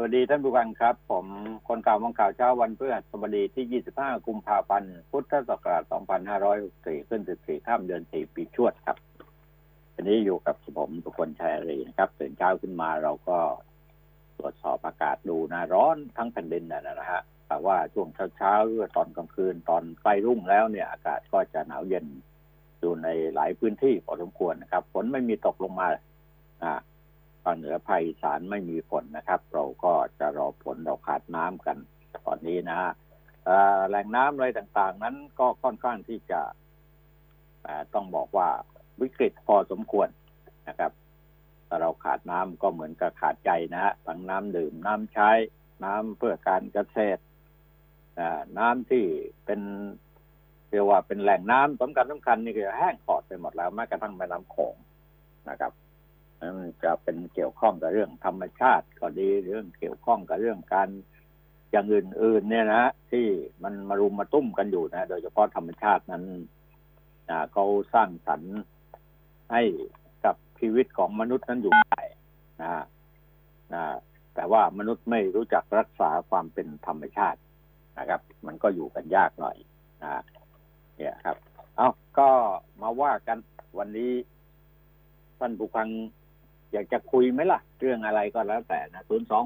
วัสดีท่านผู้ฟังครับผมคนข่าวมองข่าวเช้าวันพฤหัสบดีที่25กุมภาพันธ์พุทธศักราช2564ขึ้น14ค่ำเดือน4ปีชวดครับวันนี้อยู่กับผมสุคนชัยอารีนะครับตื่นเช้าขึ้นมาเราก็ตรวจสอบอากาศดูนะร้อนทั้งแผ่นดินนะฮะแต่ว่าช่วงเช้าหรือตอนกลางคืนตอนใกล้รุ่งแล้วเนี่ยอากาศก็จะหนาวเย็นอยู่ในหลายพื้นที่พอสมควรนะครับฝนไม่มีตกลงมาภาคเหนือภาคอีสานไม่มีฝนนะครับเราก็จะรอฝนเราขาดน้ำกันตอนนี้นะแหล่งน้ำอะไรต่างๆนั้นก็ค่อนข้างที่จะต้องบอกว่าวิกฤตพอสมควรนะครับถ้าเราขาดน้ำก็เหมือนกับขาดใจนะฮะทั้งน้ำดื่มน้ำใช้น้ำเพื่อการเกษตรน้ำที่เป็นเรียกว่าเป็นแหล่งน้ำสำคัญนี่ก็แห้งขอดไปหมดแล้วแม้กระทั่งแม่น้ำโขงนะครับมันจะเป็นเกี่ยวข้องกับเรื่องธรรมชาติก็ดีเรื่องเกี่ยวข้องกับเรื่องการอย่างอื่นๆเนี่ยนะที่มันมารุมมาตุ้มกันอยู่นะโดยเฉพาะธรรมชาตินั้นเขาสร้างสรรค์ให้กับชีวิตของมนุษย์นั้นอยู่ได้นะแต่ว่ามนุษย์ไม่รู้จักรักษาความเป็นธรรมชาตินะครับมันก็อยู่กันยากหน่อยเนี่ยครับก็มาว่ากันวันนี้ท่านผู้ฟังอยากจะคุยไหมล่ะเรื่องอะไรก็แล้วแต่นะ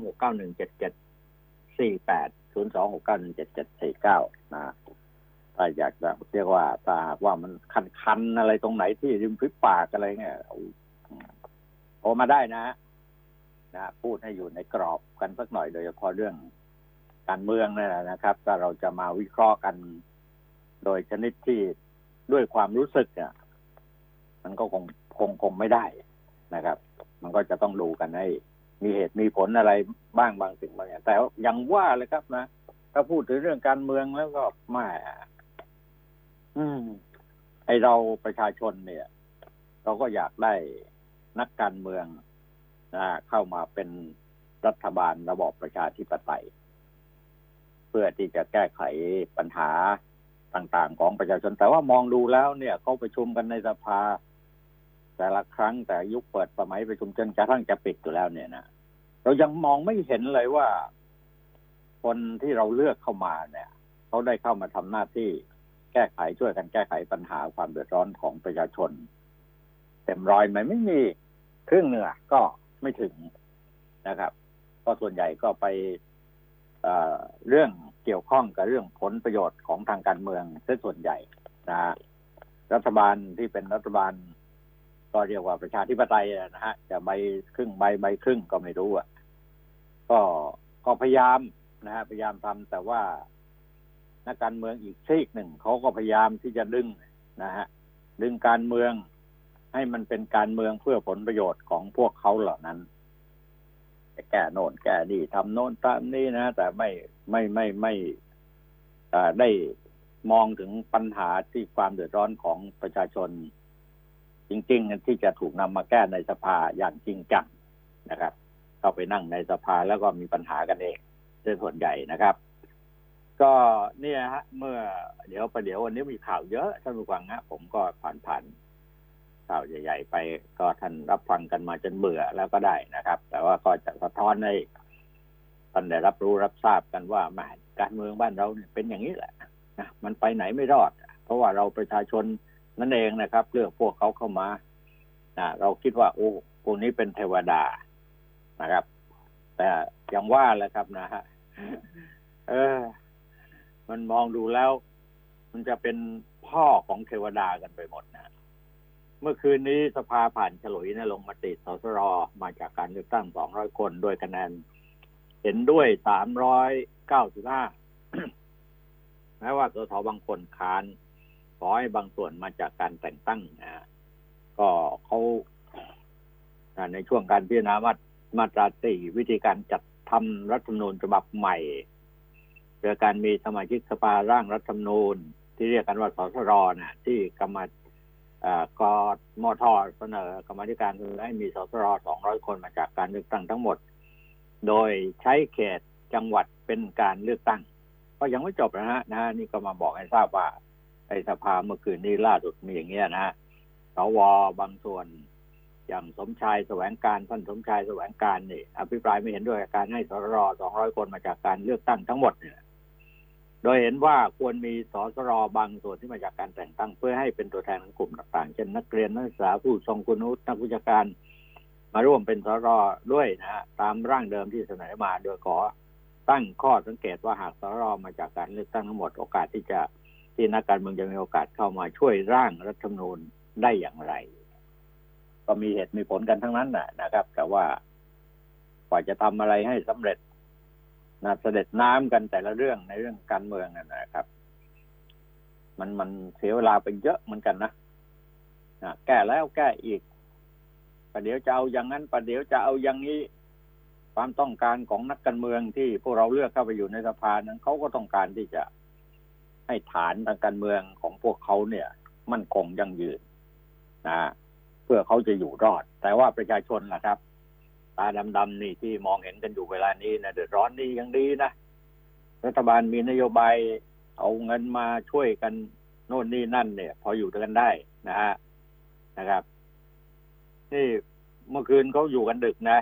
026917748 026917749นะถ้าอยากจะเรียกว่าถ้าว่ามันคันๆอะไรตรงไหนที่ริมฝีปากอะไรเงี้ยโทรมาได้นะพูดให้อยู่ในกรอบกันสักหน่อยโดยเฉพาะเรื่องการเมืองนั่นแหละนะครับถ้าเราจะมาวิเคราะห์กันโดยชนิดที่ด้วยความรู้สึกเนี่ยมันก็คงไม่ได้นะครับมันก็จะต้องดูกันให้มีเหตุมีผลอะไรบ้างบางสิ่งบางอย่างแต่ยังว่าเลยครับนะถ้าพูดถึงเรื่องการเมืองแล้วก็ไม่ไอเราประชาชนเนี่ยเราก็อยากได้นักการเมืองเข้ามาเป็นรัฐบาลระบอบประชาธิปไตยเพื่อที่จะแก้ไขปัญหาต่างๆของประชาชนแต่ว่ามองดูแล้วเนี่ยเขาประชุมกันในสภาแต่ละครั้งแต่ยุคเปิดสมัยประชุมจนกระทั่งจะปิดอยู่แล้วเนี่ยนะเรายังมองไม่เห็นเลยว่าคนที่เราเลือกเข้ามาเนี่ยเขาได้เข้ามาทำหน้าที่แก้ไขช่วยกันแก้ไขปัญหาความเดือดร้อนของประชาชนเต็มร้อยไหมไม่มีครึ่งหนึ่งก็ไม่ถึงนะครับก็ส่วนใหญ่ก็ไปเรื่องเกี่ยวข้องกับเรื่องผลประโยชน์ของทางการเมืองซะส่วนใหญ่รัฐบาลที่เป็นรัฐบาลก็เรียกว่าประชาธิปไตยนะฮะจะใบครึ่งใบครึ่งก็ไม่รู้ก็พยายามนะฮะพยายามทำแต่ว่านักการเมืองอีกซีกหนึ่งเขาก็พยายามที่จะดึงนะฮะดึงการเมืองให้มันเป็นการเมืองเพื่อผลประโยชน์ของพวกเขาเหล่านั้นแก้โน่นแก้นี่ทำโน่นทำนี่นะแต่ไม่ได้มองถึงปัญหาที่ความเดือดร้อนของประชาชนจริงๆที่จะถูกนำมาแก้ในสภาอย่างจริงจังนะครับเข้าไปนั่งในสภาแล้วก็มีปัญหากันเองเป็นส่วนใหญ่นะครับก็เนี่ยฮะเมื่อเดี๋ยววันนี้มีข่าวเยอะท่านผู้ฟังนะผมก็ผ่านข่าวใหญ่ๆไปก็ท่านรับฟังกันมาจนเบื่อแล้วก็ได้นะครับแต่ว่าก็จะสะท้อนให้ท่านได้รับรู้รับทราบกันว่าการเมืองบ้านเราเนี่ยเป็นอย่างนี้แหละนะมันไปไหนไม่รอดเพราะว่าเราประชาชนนั่นเองนะครับเลือกพวกเขาเข้ามาเราคิดว่าโอ้พวกนี้เป็นเทวดานะครับแต่อย่างว่าแหละครับนะฮะมันมองดูแล้วมันจะเป็นพ่อของเทวดากันไปหมดนะเมื่อคืนนี้สภาผ่านฉลุยนะลงมติสสรมาจากการเลือกตั้ง200คนด้วยคะแนนเห็นด้วย395แม้ว่าสสบางคนค้านขอให้บางส่วนมาจากการแต่งตั้งก็เขาในช่วงการพิจารณามาตรา4วิธีการจัดทำรัฐธรรมนูญฉบับใหม่โดยการมีสมาชิกสภาร่างรัฐธรรมนูญที่เรียกกันว่าสสรที่กมท.เสนอกรรมาธิการให้มีสสร200คนมาจากการเลือกตั้งทั้งหมดโดยใช้เขตจังหวัดเป็นการเลือกตั้งก็ยังไม่จบนะฮะนี่ก็มาบอกให้ทราบว่าในสภาเมื่อคืนนี้ล่าสุดมีอย่างเงี้ยนะสวบางส่วนทอย่างสมชายแสวงการท่านสมชายแสวงการนี่อภิปรายไม่เห็นด้วยกับการให้สร200 คนมาจากการเลือกตั้งทั้งหมดเนี่ยโดยเห็นว่าควรมีสสรบางส่วนที่มาจากการแต่งตั้งเพื่อให้เป็นตัวแทนของกลุ่มต่างๆเช่นนักเรียนนักศึกษาผู้ทรงคุณวุฒินักวิชาการมาร่วมเป็นสสรด้วยนะฮะตามร่างเดิมที่เสนอมาโดยขอตั้งข้อสังเกตว่าหากสสรมาจากการเลือกตั้งทั้งหมดโอกาสที่นักการเมืองจะมีโอกาสเข้ามาช่วยร่างรัฐธรรมนูญได้อย่างไรก็มีเหตุมีผลกันทั้งนั้นนะครับแต่ว่ากว่าจะทำอะไรให้สำเร็จเสด็จน้ำกันแต่ละเรื่องในเรื่องการเมืองนะครับมันเสียเวลาไปเยอะเหมือนกันนะแก้แล้วแก้อีกประเดี๋ยวจะเอาอย่างนั้นประเดี๋ยวจะเอาอย่างนี้ความต้องการของนักการเมืองที่พวกเราเลือกเข้าไปอยู่ในสภานั้นเขาก็ต้องการที่จะให้ฐานทางการเมืองของพวกเขาเนี่ยมั่นคงยั่งยืนเพื่อเขาจะอยู่รอดแต่ว่าประชาชนล่ะครับตาดำๆนี่ที่มองเห็นกันอยู่เวลานี้นะเดือดร้อนนี่ยังดีนะรัฐบาลมีนโยบายเอาเงินมาช่วยกันโน่นนี่นั่นเนี่ยพออยู่กันได้นะครับนี่เมื่อคืนเขาอยู่กันดึกนะ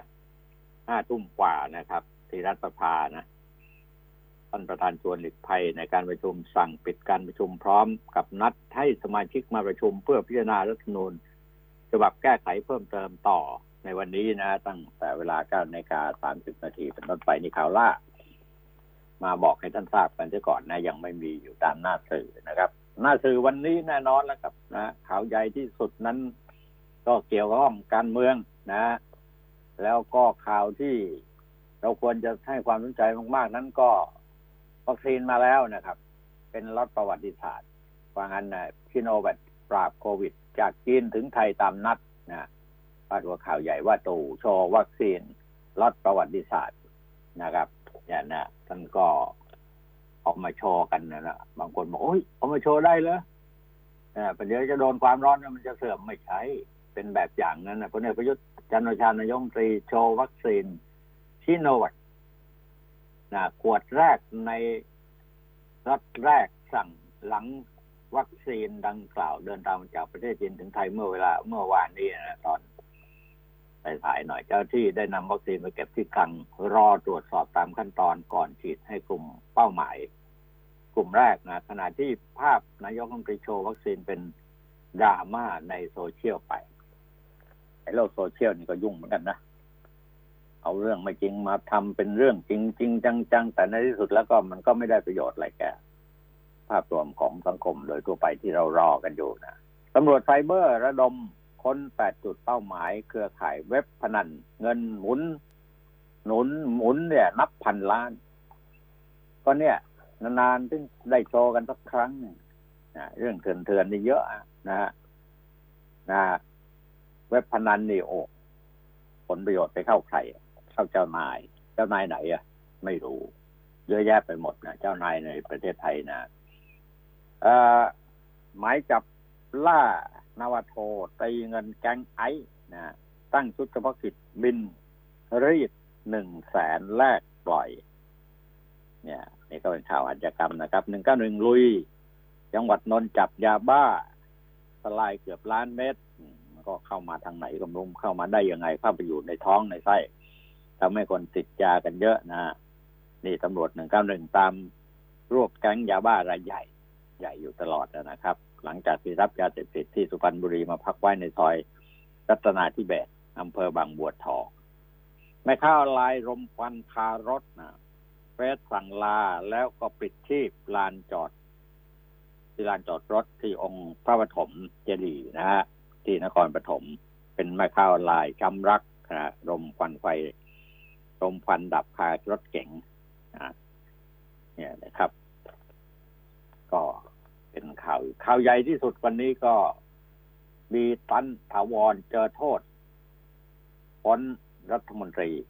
5 ทุ่มกว่านะครับที่รัฐสภานะท่านประธานชวนหลีกภัยในการประชุมสั่งปิดการประชุมพร้อมกับนัดให้สมาชิกมาประชุมเพื่อพิจารณารัฐธรรมนูญฉบับแก้ไขเพิ่มเติมต่อในวันนี้นะตั้งแต่เวลา 9:30 น.เป็นต้นไปนี่ข่าวล่ามาบอกให้ท่านทราบกันเสียก่อนนะยังไม่มีอยู่ตามหน้าสื่อนะครับหน้าสื่อวันนี้แน่นอนแล้วครับนะข่าวใหญ่ที่สุดนั้นก็เกี่ยวกับการเมืองนะแล้วก็ข่าวที่เราควรจะให้ความสนใจมากๆนั้นก็วัคซีนมาแล้วนะครับเป็นล็อตประวัติศาสตร์ว่างั้นนะซิโนแวคปราบโควิดจากจีนถึงไทยตามนัดนะพาดหัวข่าวใหญ่ว่าตู่โชว์วัคซีนล็อตประวัติศาสตร์นะครับอย่างนั้นท่านก็ออกมาโชว์กันนะบางคนบอกโอ้ยออกมาโชว์ได้เหรอประเดี๋ยวจะโดนความร้อนมันจะเสื่อมไม่ใช่เป็นแบบอย่างนั้นนะพลเอกประยุทธ์จันทร์โอชานายกรัฐมนตรีโชว์วัคซีนซิโนแวคขวดแรกในล็อตแรกสั่งหลังวัคซีนดังกล่าวเดินทางมาจากประเทศจีนถึงไทยเมื่อวานนี้นะตอนสายๆหน่อยเจ้าที่ได้นำวัคซีนไปเก็บที่คลังรอตรวจสอบตามขั้นตอนก่อนฉีดให้กลุ่มเป้าหมายกลุ่มแรกนะขณะที่ภาพนายกรัฐมนตรีโชว์วัคซีนเป็นดราม่าในโซเชียลไปไอ้โลกโซเชียลนี่ก็ยุ่งเหมือนกันนะเอาเรื่องไม่จริงมาทำเป็นเรื่องจริงๆจังๆแต่ในที่สุดแล้วก็มันก็ไม่ได้ประโยชน์อะไรแก่ภาพรวมของสังคมโดยทั่วไปที่เรารอกันอยู่นะตำรวจไซเบอร์ระดมค้น8 จุดเป้าหมายเครือข่ายเว็บพนันเงินหมุนเนี่ยนับพันล้านก็เนี่ยนานๆถึงได้โชว์กันสักครั้งเรื่องเถื่อนๆนี่เยอะนะเว็บพนันนี่โอ้ผลประโยชน์ไปเข้าใครเข้าเจ้านายไหนไม่รู้เยอะแยะไปหมดนะเจ้านายในประเทศไทยนะหมายจับล่านาวาโทตีเงินแก๊งไอซ์นะตั้งชุดเฉพาะกิจบินรีด100,000แลกปล่อยเนี่ยนี่ก็เป็นข่าวอาชญากรรมนะครับ191ลุยจังหวัดนนท์จับยาบ้าสลายเกือบล้านเม็ดก็เข้ามาทางไหนก็ไม่รู้เข้ามาได้ยังไงเข้าไปอยู่ในท้องในไส้ทำให้คนติดยากันเยอะนะนี่ตำรวจ191ตามรวบแก๊งยาบ้ารายใหญ่อยู่ตลอดนะครับหลังจากที่รับยาเสพติดที่สุพรรณบุรีมาพักไว้ในซอยรัตนาธิเบศรอำเภอบางบัวทองแม่ค้าออนไลน์รมควันคารถนะเฟซสั่งลาแล้วก็ปิดชีพลานจอดรถที่องค์พระปฐมเจดีย์นะฮะที่นครปฐมเป็นแม่ค้าออนไลน์ช้ำรักนะรมควันดับคารถเก๋งเนี่ยนะครับก็เป็นข่าวใหญ่ที่สุดวันนี้ก็มีตันถาวรเจอโทษพ้นรัฐมนตรี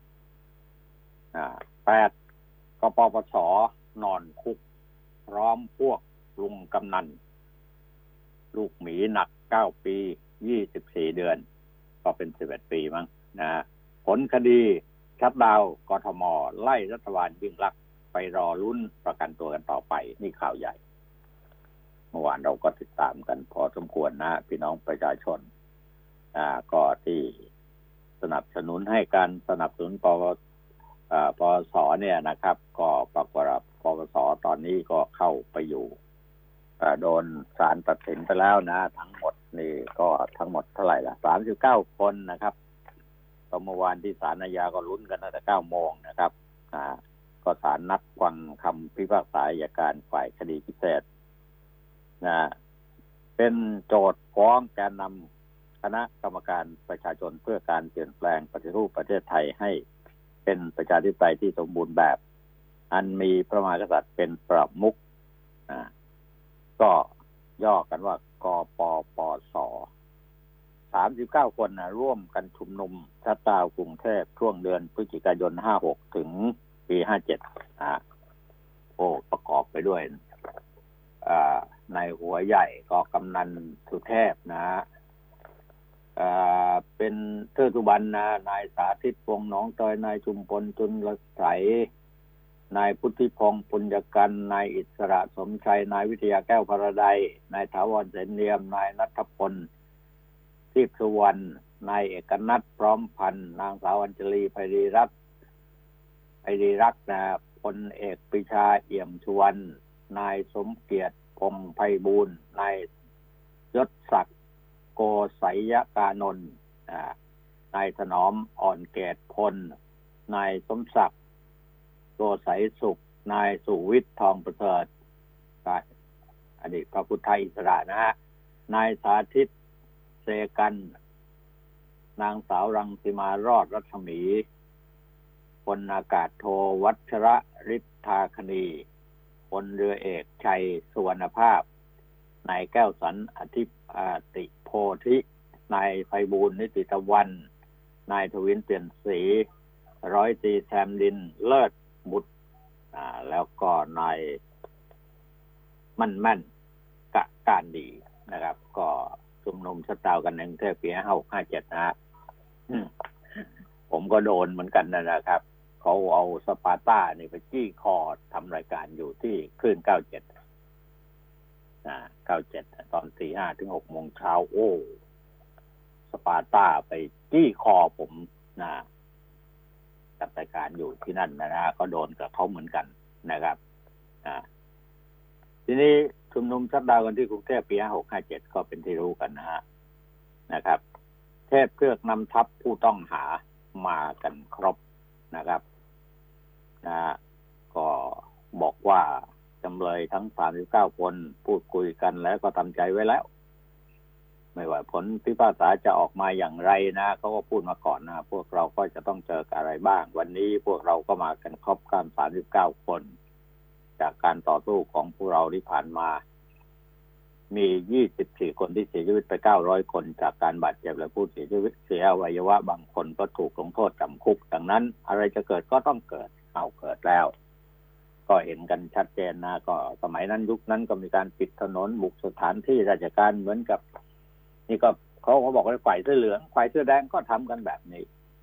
8 กปปส.นอนคุกพร้อมพวกลุงกำนันลูกหมีหนัก9 ปี24 เดือนก็เป็น11 ปีมั้งนะผลคดีชัดดาวกทม.ไล่รัฐบาลยิ่งลักษณ์ไปรอลุ้นประกันตัวกันต่อไปนี่ข่าวใหญ่เมื่อวานเราก็ติดตามกันพอสมควรนะพี่น้องประชาชนก็ที่สนับสนุนให้การสนับสนุนปวสเนี่ยนะครับก็ปรากฏว่าปวสตอนนี้ก็เข้าไปอยู่โดนศาลตัดสินไปแล้วนะทั้งหมดนี่ก็ทั้งหมดเท่าไหร่ละ39 คนนะครับตอนเมื่อวานที่ศาลอาญาก็ลุ้นกันตั้งแต่9 โมงนะครับก็ศาลนัดฟังคำพิพากษาอัยการฝ่ายคดีพิเศษเป็นโจทก์ฟ้องแกนนำคณะกรรมการประชาชนเพื่อการเปลี่ยนแปลงปฏิรูปประเทศไทยให้เป็นประชาธิปไตยที่สมบูรณ์แบบอันมีพระมหากษัตริย์เป็นประมุขก็ย่อกันว่ากปปส39 คนร่วมกันชุมนุมชัดดาวน์กรุงเทพช่วงเดือนพฤศจิกายน56ถึงปี57ประกอบไปด้วยในหัวใหญ่ก็กำนันสุเทพเป็นเทอสุบรรณนายสาธิตวงศ์หนองเตยนายชุมพลจุลไสยนายพุทธิพงศ์ปุญญกันนายอิสระสมชัยนายวิทยาแก้วพระใดนายถาวรเสนเนียมนายณัฐพลทิพย์สุวรรณนายเอกนัทพร้อมพันธ์นางสาวอัญชลีไพรีรัตน์พลเอกปรีชาเอี่ยมสุวรรณนายสมเกียรติพงษ์ไพบูลย์นายยศศักดิ์โกศัยกานนท์นายถนอมอ่อนเกตพลนายสมศักดิ์โกศัยสุขนายสุวิทย์ทองประเสริฐอดีตพระพุทธอิสระนายสาธิตเสกันนางสาวรังสิมารอดรัศมีพลอากาศโทวัชระฤทธาคณีพลเรือเอกชัยสุวรรณภาพนายแก้วสันอติโพธินายไพบูลย์นิติตะวันนายทวินเปลี่ยนศรีร้อยตรีแซมดินเลิศบุตรแล้วก็นายมั่นแม่นกะการดีนะครับก็ชุมนุมชัดดาวน์กันในกรุงเทพปี5657ผมก็โดนเหมือนกันนะครับเขาเอาสปาร์ต้านี่ไปจี้คอทำรายการอยู่ที่คลื่น97ตอน 4-5 ถึง 6 โมงเช้าสปาร์ต้าไปจี้คอผมจัดรายการอยู่ที่นั่นก็โดนกับเขาเหมือนกันนะครับทีนี้ชุมนุมชัดดาวน์กันที่กรุงเทพปี5657ก็เป็นที่รู้กันนะครับเทพเครือกนำทัพผู้ต้องหามากันครบนะครับก็บอกว่าจำเลยทั้ง39 คนพูดคุยกันแล้วก็ทำใจไว้แล้วไม่ว่าผลพิพากษาจะออกมาอย่างไรเขาก็พูดมาก่อนพวกเราก็จะต้องเจออะไรบ้างวันนี้พวกเราก็มากันครบกัน39 คนจากการต่อสู้ของพวกเราที่ผ่านมามี24 คนที่เสียชีวิตไป900 คนจากการบาดเจ็บและผู้เสียชีวิตเสียอวัยวะบางคนก็ถูกลงโทษจำคุกดังนั้นอะไรจะเกิดก็ต้องเกิดเกิดแล้วก็เห็นกันชัดเจนก็สมัยนั้นยุคนั้นก็มีการปิดถนนบุกสถานที่ราชการเหมือนกับนี่ก็เขาบอกว่าฝ่ายเสื้อเหลืองฝ่ายเสื้อแดงก็ทำกันแบบนี้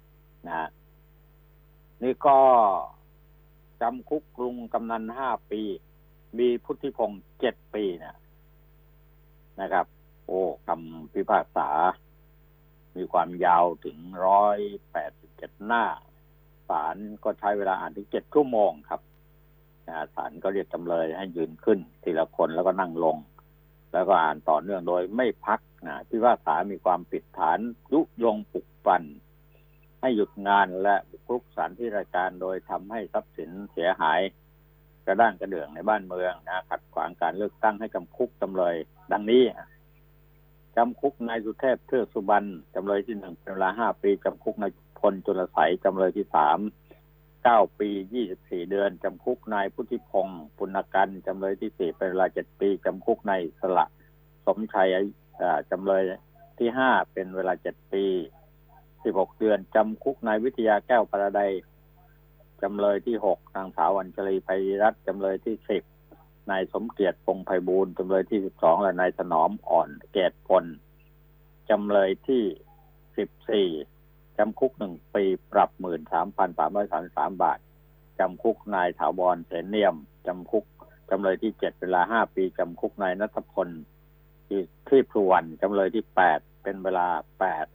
นี่ก็จำคุกลุงกำนัน5 ปีมีพุทธิพงศ์7 ปีนะครับคำพิพากษามีความยาวถึง187 หน้าศาลก็ใช้เวลาอ่านถึง7 ชั่วโมงครับศาลก็เรียกจำเลยให้ยืนขึ้นทีละคนแล้วก็นั่งลงแล้วก็อ่านต่อเนื่องโดยไม่พักพิพากษามีความผิดฐานยุยงปลุกปั่นให้หยุดงานและบุกรุกสถานที่ราชการโดยทำให้ทรัพย์สินเสียหายกระด้างกระเดื่องในบ้านเมืองขัดขวางการเลือกตั้งให้จำคุกจำเลยดังนี้จำคุกนายสุเทพเทือกสุบรรณจำเลยที่1เป็นเวลา5 ปีจำคุกนายพลจุลไสยจำเลยที่3 9 ปี24 เดือนจำคุกนายพุทธิพงศ์ปุณกันจำเลยที่4เป็นเวลา7 ปีจำคุกนายสละสมชัยจำเลยที่5เป็นเวลา7 ปี16 เดือนจำคุกนายวิทยาแก้วพระใดจำเลยที่6นางสาวอัญชลีไพรัตน์จำเลยที่10นายสมเกียรติพงษ์ไพบูลย์จำเลยที่12และนายถนอมอ่อนเกตพลจำเลยที่14จำคุก1 ปีปรับ 13,333 บาทจำคุกนายถาวรเสนเนียมจำคุกจำเลยที่7เวลา5 ปีจำคุกนายณัฐพลที่สุวรรณจำเลยที่8เป็นเวลา8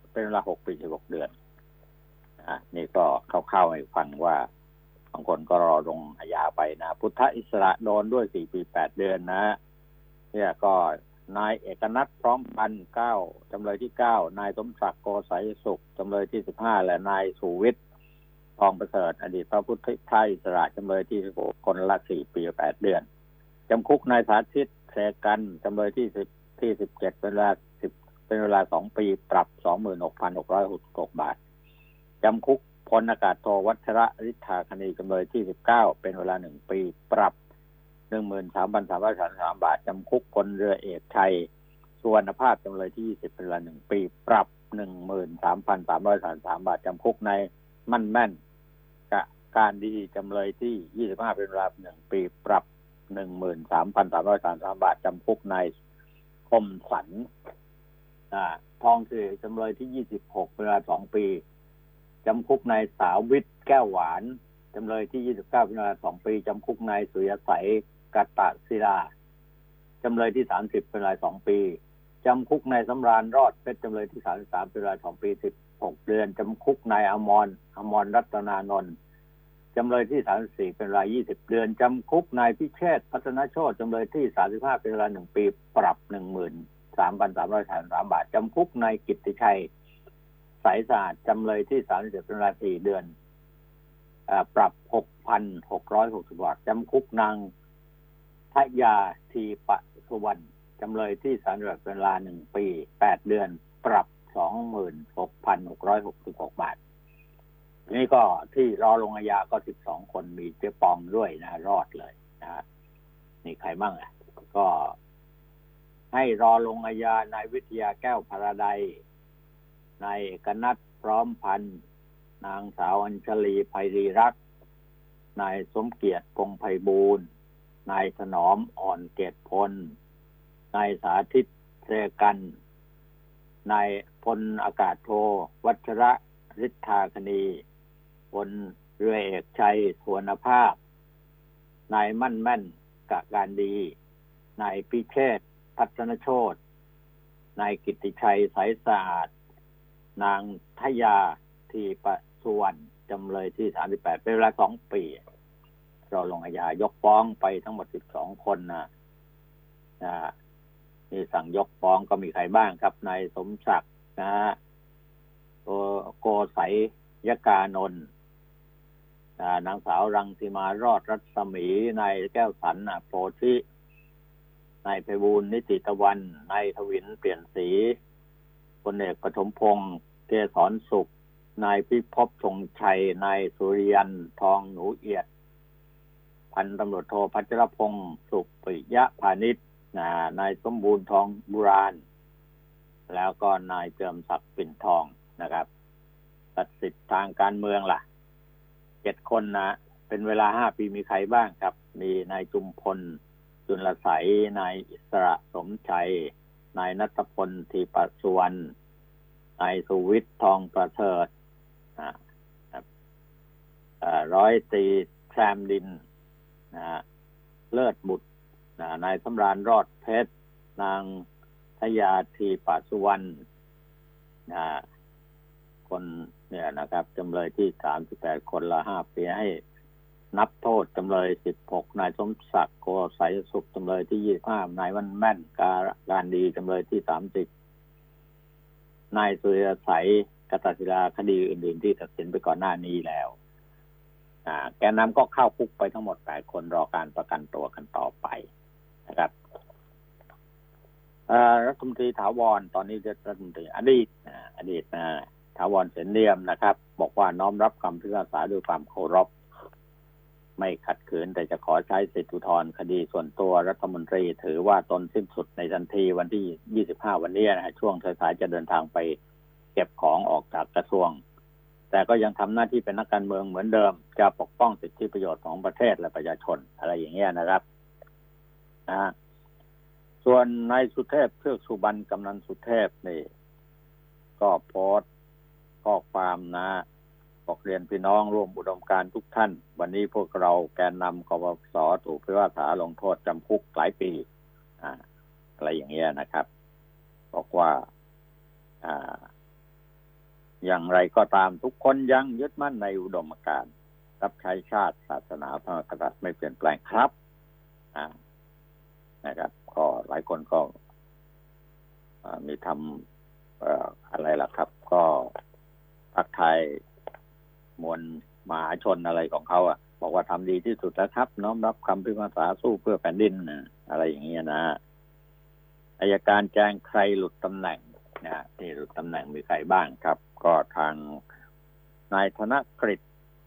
เป็นเวลา6 ปี16 เดือนนี่ก็เข้าๆให้ฟังว่าบางคนก็รอลงอาญาไปนะพุทธอิสระโดนด้วย4 ปี 8 เดือนนะเนี่ยก็นายเอกนัทพร้อมพันธ์9จำเลยที่9นายสมศักดิ์โกสัยสุขจำเลยที่15และนายสุวิทย์ทองประเสริฐอดีตพระพุทธอิสระจำเลยที่16คนละ4 ปี 8 เดือนจำคุกนายสาธิตแสกันจำเลยที่17เป็นเวลา2 ปีปรับ 26,666 บาทจำคุกพลอากาศโทวัชระฤทธาคณีจำเลยที่19เป็นเวลา1 ปีปรับ 13,333 บาทจำคุกพลเรือเอกชัยสุวรรณภาพจำเลยที่20เป็นเวลา1 ปีปรับ 13,333 บาทจำคุกในมั่นแม่นการดีจำเลยที่25เป็นเวลา1 ปีปรับ 13,333 บาทจำคุกในคมสันทองสื่อจำเลยที่26เป็นเวลา2 ปีจำคุกนายสาววิทย์แก้วหวานจำเลยที่29เป็นเวลา2 ปีจำคุกนายสุริยสัยกัตตศิลาจำเลยที่30เป็นเวลา2 ปีจำคุกนายสำราญรอดเพชรจำเลยที่33เป็นเวลา2 ปี16 เดือนจำคุกนายอมรรัตนานนท์จำเลยที่34เป็นเวลา20 เดือนจำคุกนายพิเชษฐ์พัฒนโชติจำเลยที่35เป็นเวลา1 ปีปรับ 13,333 บาทจำคุกนายกิตติชัยสายสะอาดจำเลยที่37เป็นเวลา4 เดือนปรับ 6,660 บาทจำคุกนางทยาทีปสุวรรณจำเลยที่31เป็นเวลา1 ปี8 เดือนปรับ 26,666 บาทนี่ก็ที่รอลงอาญาก็12 คนมีเจ๊ปองด้วยนะรอดเลยนะนี่ใครบ้างก็ให้รอลงอาญานายวิทยาแก้วพราไดนายเอกนัทพร้อมพันธ์นางสาวอัญชลีไพรีรักษ์นายสมเกียรติพงษ์ไพบูลย์นายถนอมอ่อนเกตพลนายสาธิตเสกันนายพลอากาศโทวัชระฤทธาคณีพลเรือเอกชัยสุวรรณภาพนายมั่นแม่นกะการดีนายพิเชษฐ์พัฒนโชตินายกิตติชัยสายสะอาดนางทยาทีปสุวรรณจำเลยที่38เป็นเวลา2 ปีเราลงอาญายกฟ้องไปทั้งหมด12 คนนะนี่สั่งยกฟ้องก็มีใครบ้างครับนายสมศักดิ์โกสัยยกานนท์นางสาวรังสีมารอดรัศมีนายแก้วสันโพธินายไพบูลย์นิติตะวันนายทวินเปลี่ยนสีพลเอกปฐมพงษ์เกษรสุขนายพิภพชงชัยนายสุริยันทองหนูเอียดพันตำรวจโทพัชรพงษ์สุขปิยะพานิชนายสมบูรณ์ทองบุราณแล้วก็นายเจิมศักดิ์ปิ่นทองนะครับตัดสิทธิ์ทางการเมืองล่ะ7 คนนะเป็นเวลา5 ปีมีใครบ้างครับมีนายจุมพลจุลไสยนายอิสระสมชัยนายณัฐพลทีปสุวรรณนายสุวิทย์ทองประเสริฐร้อยตรีแซมดินเลิศบุตรนายสำราญรอดเพชรนางทยาทีปสุวรรณคนเนี่ยนะครับจำเลยที่38คนละ5 ปีให้นับโทษจำเลย16นายสมศักดิ์โกสัยสุขจำเลยที่25นายวันแม่นการดีจำเลยที่30นายสุริยสัยกัตตศิลาคดีอื่นๆที่ตัดสินไปก่อนหน้านี้แล้วแกนนำก็เข้าคุกไปทั้งหมด8 คนรอการประกันตัวกันต่อไปนะครับรัฐมนตรีถาวรตอนนี้รัฐมนตรีอดีตถาวรเสนเนียมนะครับบอกว่าน้อมรับคำพิพากษาด้วยความเคารพไม่ขัดขืนแต่จะขอใช้สิทธิอุทธรณ์คดีส่วนตัวรัฐมนตรีถือว่าตนสิ้นสุดในทันทีวันที่25วันนี้นะช่วงสายๆจะเดินทางไปเก็บของออกจากกระทรวงแต่ก็ยังทำหน้าที่เป็นนักการเมืองเหมือนเดิมจะปกป้องสิทธิประโยชน์ของประเทศและประชาชนอะไรอย่างเงี้ยนะครับส่วนนายสุเทพเทือกสุบรรณกำนันสุเทพนี่ก็โพสต์ข้อความบอกเรียนพี่น้องร่วมอุดมการณ์ทุกท่านวันนี้พวกเราแกนนำกปปสถูกพิพากษาลงโทษจำคุกหลายปีอะไรอย่างเงี้ยนะครับบอกว่าอย่างไรก็ตามทุกคนยังยึดมั่นในอุดมการณ์รับใช้ชาติศาสนาพระมหากษัตริย์ไม่เปลี่ยนแปลงครับนะครับก็หลายคนก็มีทำอะไรล่ะครับก็ทักทายมวลมหาชนอะไรของเขาบอกว่าทำดีที่สุดแล้วครับน้อมรับคำพิพากษาสู้เพื่อแผ่นดินอะไรอย่างเงี้ยนะอัยการแจ้งใครหลุดตำแหน่งที่หลุดตำแหน่งมีใครบ้างครับก็ทางนายธนกฤษ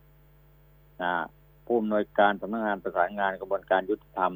ผู้อำนวยการสำนักงานประสานงานกระบวนการยุติธรรม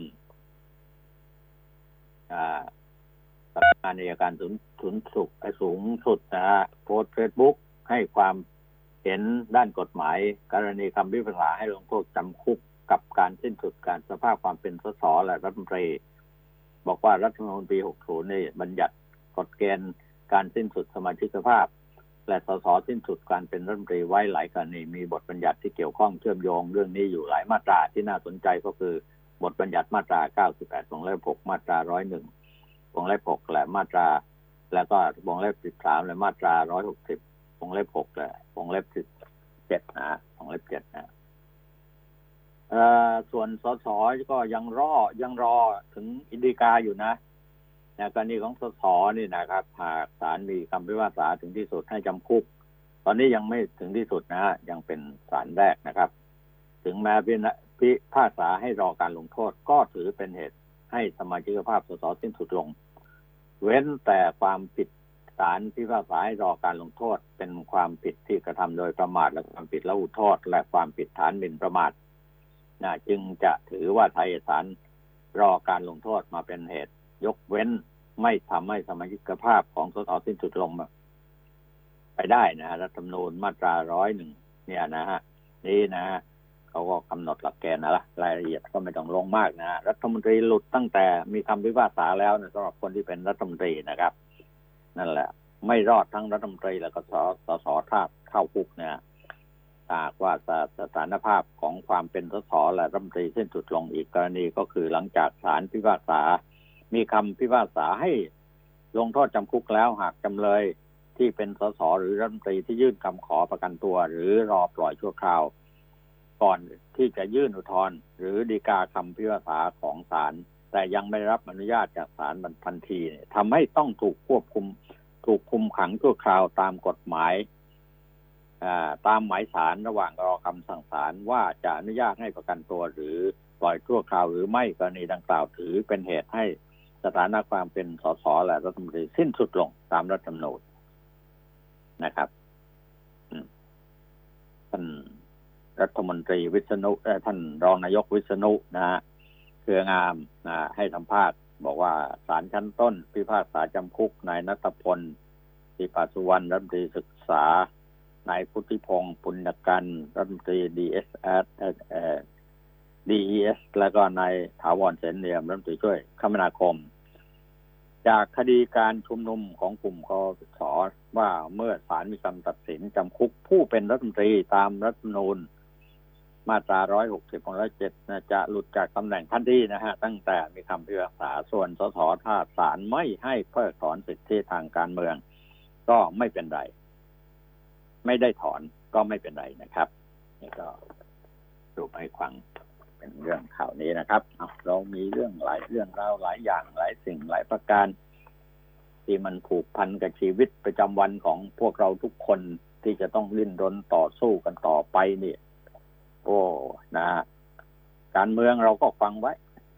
สำนักงานอัยการสูงสุดโพสต์เฟซบุ๊กให้ความเห็นด้านกฎหมายกรณีคำพิพากษาให้ลงโทษจำคุกกับการสิ้นสุดการสภาพความเป็นสสและรัฐมนตรีบอกว่ารัฐธรรมนูญปี 60 นี่บัญญัติกฎเกณฑ์การสิ้นสุดสมาชิกภาพและสสสิ้นสุดการเป็นรัฐมนตรีไว้หลายกรณีมีบทบัญญัติที่เกี่ยวข้องเชื่อมโยงเรื่องนี้อยู่หลายมาตราที่น่าสนใจก็คือบทบัญญัติมาตรา 98 วงเล็บ 6 มาตรา 101 วงเล็บ 6 และมาตราแล้วก็วงเล็บ 13 และมาตรา 160 วงเล็บ 6 และวงเล็บ 7 วงเล็บ 7ส่วนสสก็ยังรอถึงฎีกาอยู่นะกรณีของสสนี่นะครับหากศาลมีคำพิพากษาถึงที่สุดให้จำคุกตอนนี้ยังไม่ถึงที่สุดยังเป็นศาลแรกนะครับถึงแม้พิพากษาให้รอการลงโทษก็ถือเป็นเหตุให้สมาชิกภาพสสสิ้นสุดลงเว้นแต่ความผิดศาลพิพากษาให้รอการลงโทษเป็นความผิดที่กระทำโดยประมาทและความผิดละหุโทษและความผิดฐานหมิ่นประมาทจึงจะถือว่าไทยศาลรอการลงโทษมาเป็นเหตุยกเว้นไม่ทำให้สมาชิกภาพของสสสิ้นสุดลงไปได้รัฐธรรมนูญมาตรา 101 เนี่ยนี่เขาก็กำหนดหลักเกณฑ์รายละเอียดก็ไม่ต้องลงมากรัฐมนตรีหลุดตั้งแต่มีคำพิพากษาแล้วสำหรับคนที่เป็นรัฐมนตรีนะครับนั่นแหละไม่รอดทั้งรัฐมนตรีแล้วก็สสถ้าเข้าคุกหากว่าสถานภาพของความเป็นสสและรัฐมนตรีสิ้นสุดลงอีกกรณีก็คือหลังจากศาลพิพากษามีคำพิพากษาให้ลงโทษจำคุกแล้วหากจำเลยที่เป็นสสหรือรัฐมนตรีที่ยื่นคำขอประกันตัวหรือรอปล่อยชั่วคราวก่อนที่จะยื่นอุทธรณ์หรือฎีกาคำพิพากษาของศาลแต่ยังไม่รับอนุญาตจากศาลทันทีทำให้ต้องถูกคุมขังชั่วคราวตามกฎหมายตามหมายศาลระหว่างรอคำสั่งศาลว่าจะอนุญาตให้ประกันตัวหรือปล่อยชั่วคราวหรือไม่กรณีดังกล่าวถือเป็นเหตุให้สถานะความเป็นสสและรัฐมนตรีสิ้นสุดลงตามรัฐธรรมนูญนะครับท่านรัฐมนตรีวิษณุท่านรองนายกวิษณุเครืองามให้สัมภาษณ์บอกว่าศาลชั้นต้นพิพากษาจำคุกนายณัฐพล ติปสุวรรณรัฐมนตรีศึกษานายพุทธิพงศ์ปุณกันต์รัฐมนตรี DES แล้วก็นายถาวรเสนเนียมรัฐมนตรีช่วยคมนาคมจากคดีการชุมนุมของกลุ่มคสช.ว่าเมื่อศาลมีคำตัดสินจำคุกผู้เป็นรัฐมนตรีตามรัฐธรรมนูญมาตรา 160 วงเล็บ 7 จะหลุดจากตำแหน่งทันทีตั้งแต่มีคำพิพากษาส่วนสสถ้าศาลไม่ให้เพิกถอนสิทธิทางการเมืองก็ไม่เป็นไรไม่ได้ถอนก็ไม่เป็นไรนะครับนี่ก็สรุปให้ฟังเป็นเรื่องข่าวนี้นะครับเรามีเรื่องหลายเรื่องราวหลายอย่างหลายสิ่งหลายประการที่มันผูกพันกับชีวิตประจำวันของพวกเราทุกคนที่จะต้องดิ้นรนต่อสู้กันต่อไปนี่การเมืองเราก็ฟังไว้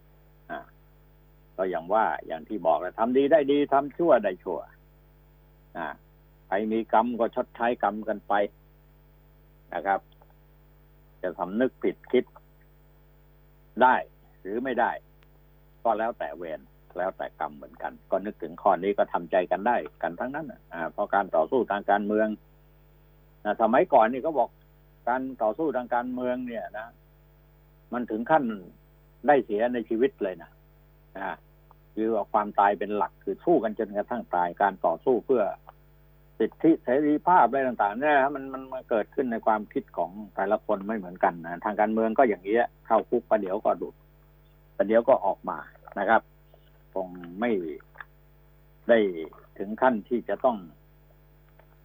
ก็อย่างที่บอกแล้วทำดีได้ดีทำชั่วได้ชั่วใครมีกรรมก็ชดใช้กรรมกันไปนะครับจะสำนึกผิดคิดได้หรือไม่ได้ก็แล้วแต่เวรแล้วแต่กรรมเหมือนกันก็นึกถึงข้อนี้ก็ทำใจกันได้กันทั้งนั้นเพราะการต่อสู้ทางการเมืองสมัยก่อนนี่ก็บอกการต่อสู้ทางการเมืองเนี่ยมันถึงขั้นได้เสียในชีวิตเลยคือว่าความตายเป็นหลักคือสู้กันจนกระทั่งตายการต่อสู้เพื่อสิทธิเสรีภาพอะไรต่างๆเนี่ยมันเกิดขึ้นในความคิดของแต่ละคนไม่เหมือนกันทางการเมืองก็อย่างนี้เข้าคุกประเดี๋ยวก็ดุประเดี๋ยวก็ออกมานะครับคงไม่ได้ถึงขั้นที่จะต้อง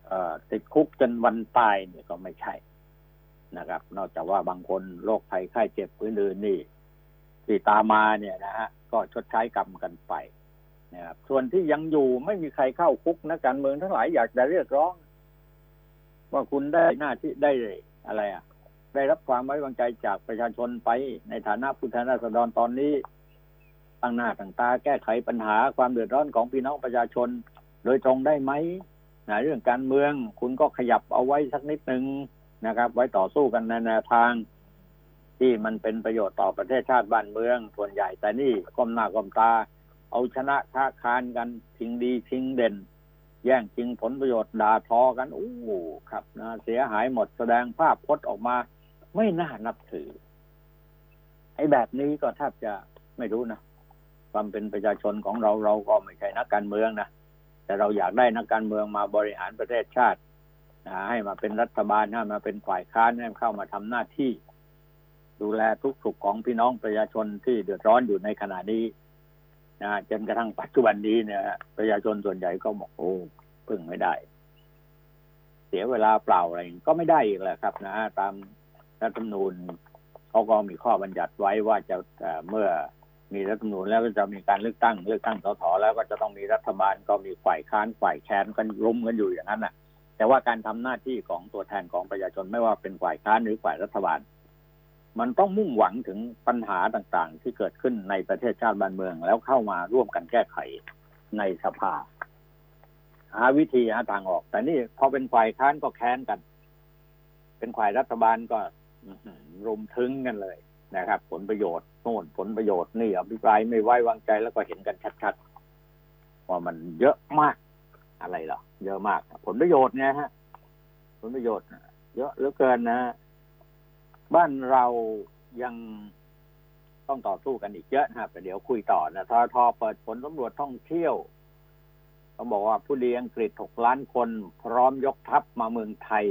ติดคุกจนวันตายเนี่ยก็ไม่ใช่นะครับนอกจากว่าบางคนโรคภัยไข้เจ็บอื่นๆนี่ที่ตามมาเนี่ยนะฮะก็ชดใช้กรรมกันไปนะครับส่วนที่ยังอยู่ไม่มีใครเข้าคุกนักการเมืองทั้งหลายอยากจะเรียกร้องว่าคุณได้หน้าที่ได้อะไรได้รับความไว้วางใจจากประชาชนไปในฐานะผู้แทนราษฎรตอนนี้ตั้งหน้าตั้งตาแก้ไขปัญหาความเดือดร้อนของพี่น้องประชาชนโดยตรงได้ไหมเรื่องการเมืองคุณก็ขยับเอาไว้สักนิดนึงนะครับไว้ต่อสู้กันในแนวทางที่มันเป็นประโยชน์ต่อประเทศชาติบ้านเมืองส่วนใหญ่แต่นี่ก้มหน้าก้มตาเอาชนะค้าคานกันชิงดีชิงเด่นแย่งชิงผลประโยชน์ด่าทอกันครับเสียหายหมดแสดงภาพพจน์ออกมาไม่น่านับถือไอ้แบบนี้ก็แทบจะไม่รู้นะความเป็นประชาชนของเราก็ไม่ใช่นักการเมืองนะแต่เราอยากได้นักการเมืองมาบริหารประเทศชาติให้มาเป็นรัฐบาลให้มาเป็นฝ่ายค้านให้เข้ามาทำหน้าที่ดูแลทุกสุขของพี่น้องประชาชนที่เดือดร้อนอยู่ในขณะนี้จนกระทั่งปัจจุบันนี้เนี่ยประชาชนส่วนใหญ่ก็บอกพึ่งไม่ได้เสียเวลาเปล่าอะไรก็ไม่ได้อีกแหละครับตามรัฐธรรมนูญเขาก็มีข้อบัญญัติไว้ว่าจะเมื่อมีรัฐธรรมนูญแล้วก็จะมีการเลือกตั้งสสแล้วก็จะต้องมีรัฐบาลก็มีฝ่ายค้านฝ่ายแค้นกันรุมกันอยู่อย่างนั้นแต่ว่าการทำหน้าที่ของตัวแทนของประชาชนไม่ว่าเป็นฝ่ายค้านหรือฝ่ายรัฐบาลมันต้องมุ่งหวังถึงปัญหาต่างๆที่เกิดขึ้นในประเทศชาติบ้านเมืองแล้วเข้ามาร่วมกันแก้ไขในสภาหาวิธีหาทางออกแต่นี่พอเป็นฝ่ายค้านก็แค้นกันเป็นฝ่ายรัฐบาลก็รุมถึงกันเลยนะครับผลประโยชน์โน่นผลประโยชน์นี่อภิปรายไม่ไว้วางใจแล้วก็เห็นกันชัดๆว่ามันเยอะมากอะไรหรอเยอะมากผลประโยชน์เนี่ยฮะผลประโยชน์เยอะเหลือเกินนะบ้านเรายังต้องต่อสู้กันอีกเยอะนะครับเดี๋ยวคุยต่อนะทเปิดผลสำรวจท่องเที่ยวเขาบอกว่าผู้ดีอังกฤษ6 ล้านคนพร้อมยกทัพมาเมืองไทย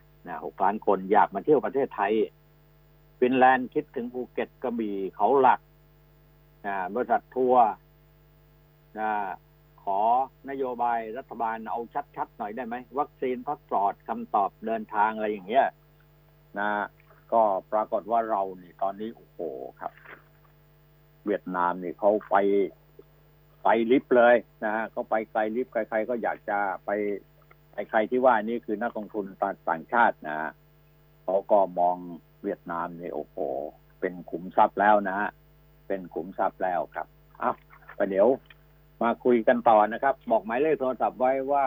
6 ล้านคนอยากมาเที่ยวประเทศไทยฟินแลนด์คิดถึงภูเก็ตกระบี่เขาหลักบริษัททัวร์ขอนโยบายรัฐบาลเอาชัดๆหน่อยได้ไหมวัคซีนพาสปอร์ตคำตอบเดินทางอะไรอย่างเงี้ยก็ปรากฏว่าเรานี่ตอนนี้ครับเวียดนามนี่เขาไปลิฟต์เลยเขาไปไกลลิฟต์ใครๆก็อยากจะไปใครที่ว่านี่คือนักลงทุนต่างชาติเขาก็มองเวียดนามนี่เป็นขุมทรัพย์แล้วเป็นขุมทรัพย์แล้วครับเดี๋ยวมาคุยกันต่อนะครับบอกหมายเลขโทรศัพท์ไว้ว่า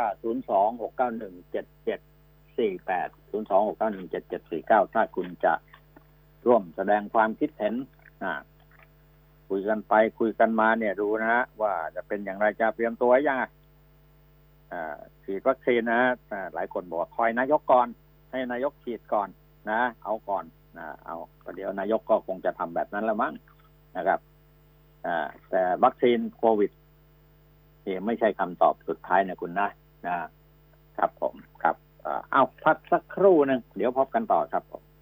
026917748 026917749ถ้าคุณจะร่วมแสดงความคิดเห็นคุยกันไปคุยกันมาเนี่ยดูนะว่าจะเป็นอย่างไรจะเตรียมตัวยังฉีดวัคซีนหลายคนบอกคอยนายกก่อนให้นายกฉีดก่อนเอาก่อนเอาเดี๋ยวนายกก็คงจะทำแบบนั้นแล้วมั้งนะครับแต่วัคซีนโควิดไม่ใช่คำตอบสุดท้ายนะคุณนะครับผมครับเอาพักสักครู่นึงเดี๋ยวพบกันต่อครับผม